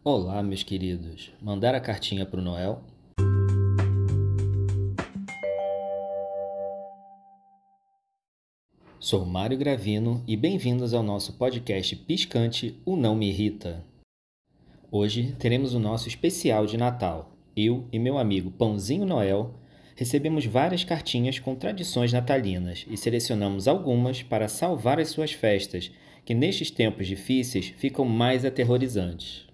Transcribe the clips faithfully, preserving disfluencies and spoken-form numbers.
Olá, meus queridos. Mandar a cartinha para o Noel? Sou Mário Gravino e bem-vindos ao nosso podcast piscante O Não Me Irrita. Hoje teremos o nosso especial de Natal. Eu e meu amigo Pãozinho Noel recebemos várias cartinhas com tradições natalinas e selecionamos algumas para salvar as suas festas, que nestes tempos difíceis ficam mais aterrorizantes.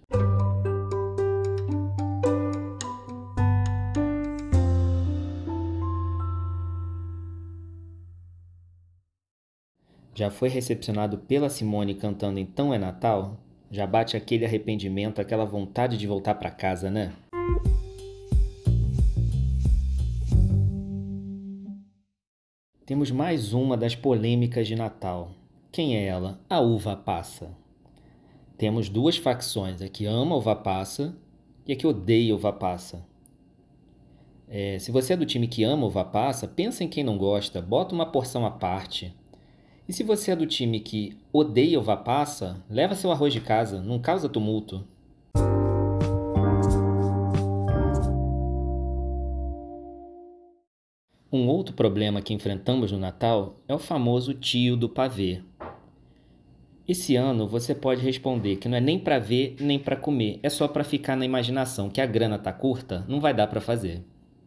Já foi recepcionado pela Simone cantando Então é Natal? Já bate aquele arrependimento, aquela vontade de voltar para casa, né? Temos mais uma das polêmicas de Natal. Quem é ela? A uva passa. Temos duas facções, a que ama uva passa e a que odeia uva passa. É, se você é do time que ama uva passa, pensa em quem não gosta, bota uma porção à parte. E se você é do time que odeia uva passa, leva seu arroz de casa, não causa tumulto. Um outro problema que enfrentamos no Natal é o famoso tio do pavê. Esse ano você pode responder que não é nem para ver nem para comer, é só para ficar na imaginação, que a grana tá curta, não vai dar para fazer.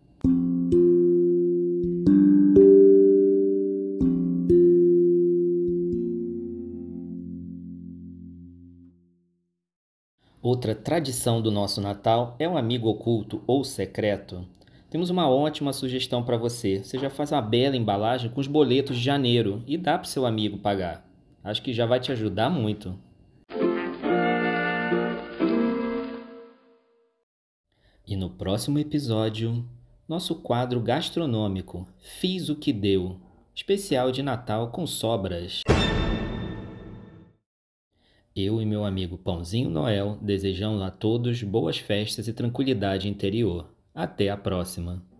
Outra tradição do nosso Natal é um amigo oculto ou secreto. Temos uma ótima sugestão para você. Você já faz uma bela embalagem com os boletos de janeiro e dá para o seu amigo pagar. Acho que já vai te ajudar muito. E no próximo episódio, nosso quadro gastronômico Fiz o que Deu, especial de Natal com sobras. Eu e meu amigo Pãozinho Noel desejamos a todos boas festas e tranquilidade interior. Até a próxima!